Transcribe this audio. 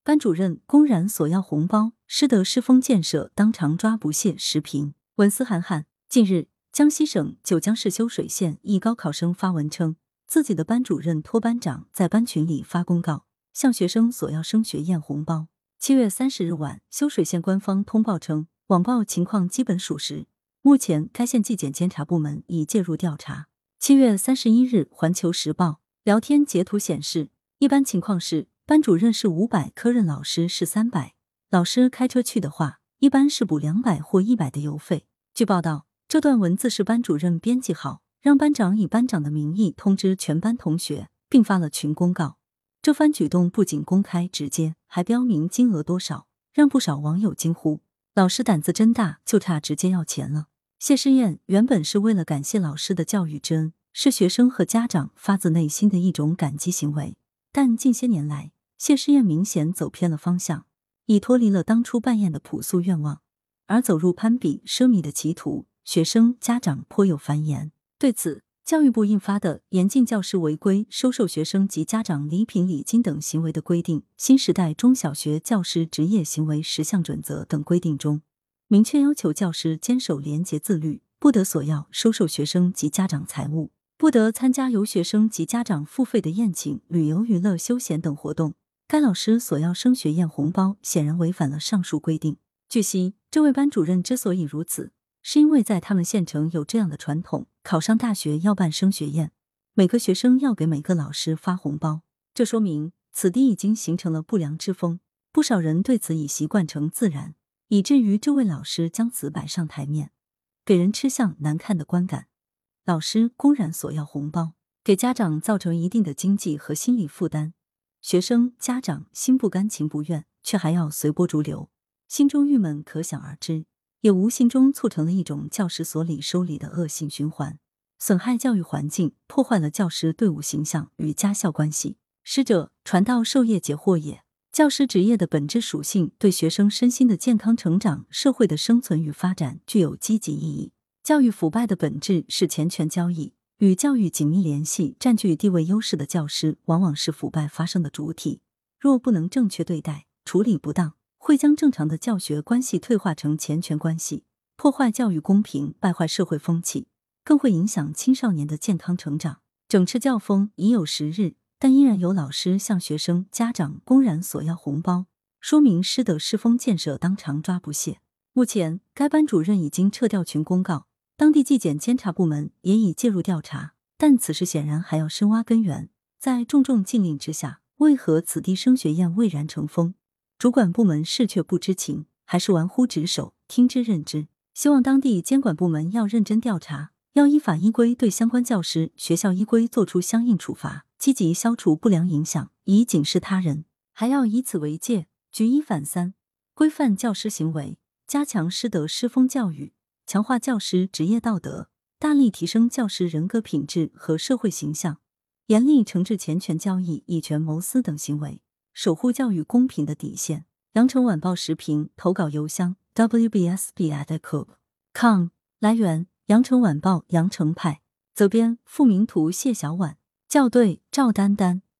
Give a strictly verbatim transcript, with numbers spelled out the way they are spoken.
班主任公然索要红包，师德师风建设当场抓不懈。时评文思涵涵。近日，江西省九江市修水县一高考生发文称，自己的班主任托班长在班群里发公告，向学生索要升学宴红包。七月三十日晚，修水县官方通报称，网报情况基本属实，目前该县纪检监察部门已介入调查。七月三十一日，环球时报聊天截图显示，一般情况是班主任是五百，科任老师是三百，老师开车去的话，一般是补两百或一百的油费。据报道，这段文字是班主任编辑好，让班长以班长的名义通知全班同学，并发了群公告。这番举动不仅公开直接，还标明金额多少，让不少网友惊呼：老师胆子真大，就差直接要钱了。谢师宴原本是为了感谢老师的教育之恩，是学生和家长发自内心的一种感激行为。但近些年来，谢师宴明显走偏了方向，已脱离了当初办宴的朴素愿望，而走入攀比奢靡的歧途，学生家长颇有烦言。对此，教育部印发的《严禁教师违规收受学生及家长礼品礼金等行为的规定（新时代中小学教师职业行为十项准则）》等规定中，明确要求教师坚守廉洁自律，不得索要收受学生及家长财物，不得参加由学生及家长付费的宴请、旅游、娱乐、休闲等活动。该老师索要升学宴红包，显然违反了上述规定。据悉，这位班主任之所以如此，是因为在他们县城有这样的传统，考上大学要办升学宴，每个学生要给每个老师发红包。这说明此地已经形成了不良之风，不少人对此已习惯成自然，以至于这位老师将此摆上台面，给人吃相难看的观感。老师公然索要红包，给家长造成一定的经济和心理负担，学生家长心不甘情不愿，却还要随波逐流，心中郁闷可想而知，也无形中促成了一种教师索礼收礼的恶性循环，损害教育环境，破坏了教师队伍形象与家校关系。师者，传道授业解惑也。教师职业的本质属性对学生身心的健康成长、社会的生存与发展具有积极意义。教育腐败的本质是钱权交易，与教育紧密联系、占据地位优势的教师，往往是腐败发生的主体。若不能正确对待，处理不当，会将正常的教学关系退化成钱权关系，破坏教育公平，败坏社会风气，更会影响青少年的健康成长。整治教风已有时日，但依然有老师向学生、家长公然索要红包，说明师德师风建设当场抓不懈。目前，该班主任已经撤掉群公告，当地纪检监察部门也已介入调查，但此事显然还要深挖根源。在重重禁令之下，为何此地升学宴蔚然成风？主管部门是却不知情，还是玩忽职守，听之任之？希望当地监管部门要认真调查，要依法依规对相关教师、学校依规作出相应处罚，积极消除不良影响，以警示他人。还要以此为戒，举一反三，规范教师行为，加强师德师风教育，强化教师职业道德，大力提升教师人格品质和社会形象，严厉惩治钱权交易、以权谋私等行为，守护教育公平的底线。羊城晚报时评投稿邮箱 w b s b at c o b 点 com 来源羊城晚报羊城派，责编付明图谢小婉，校对赵丹丹。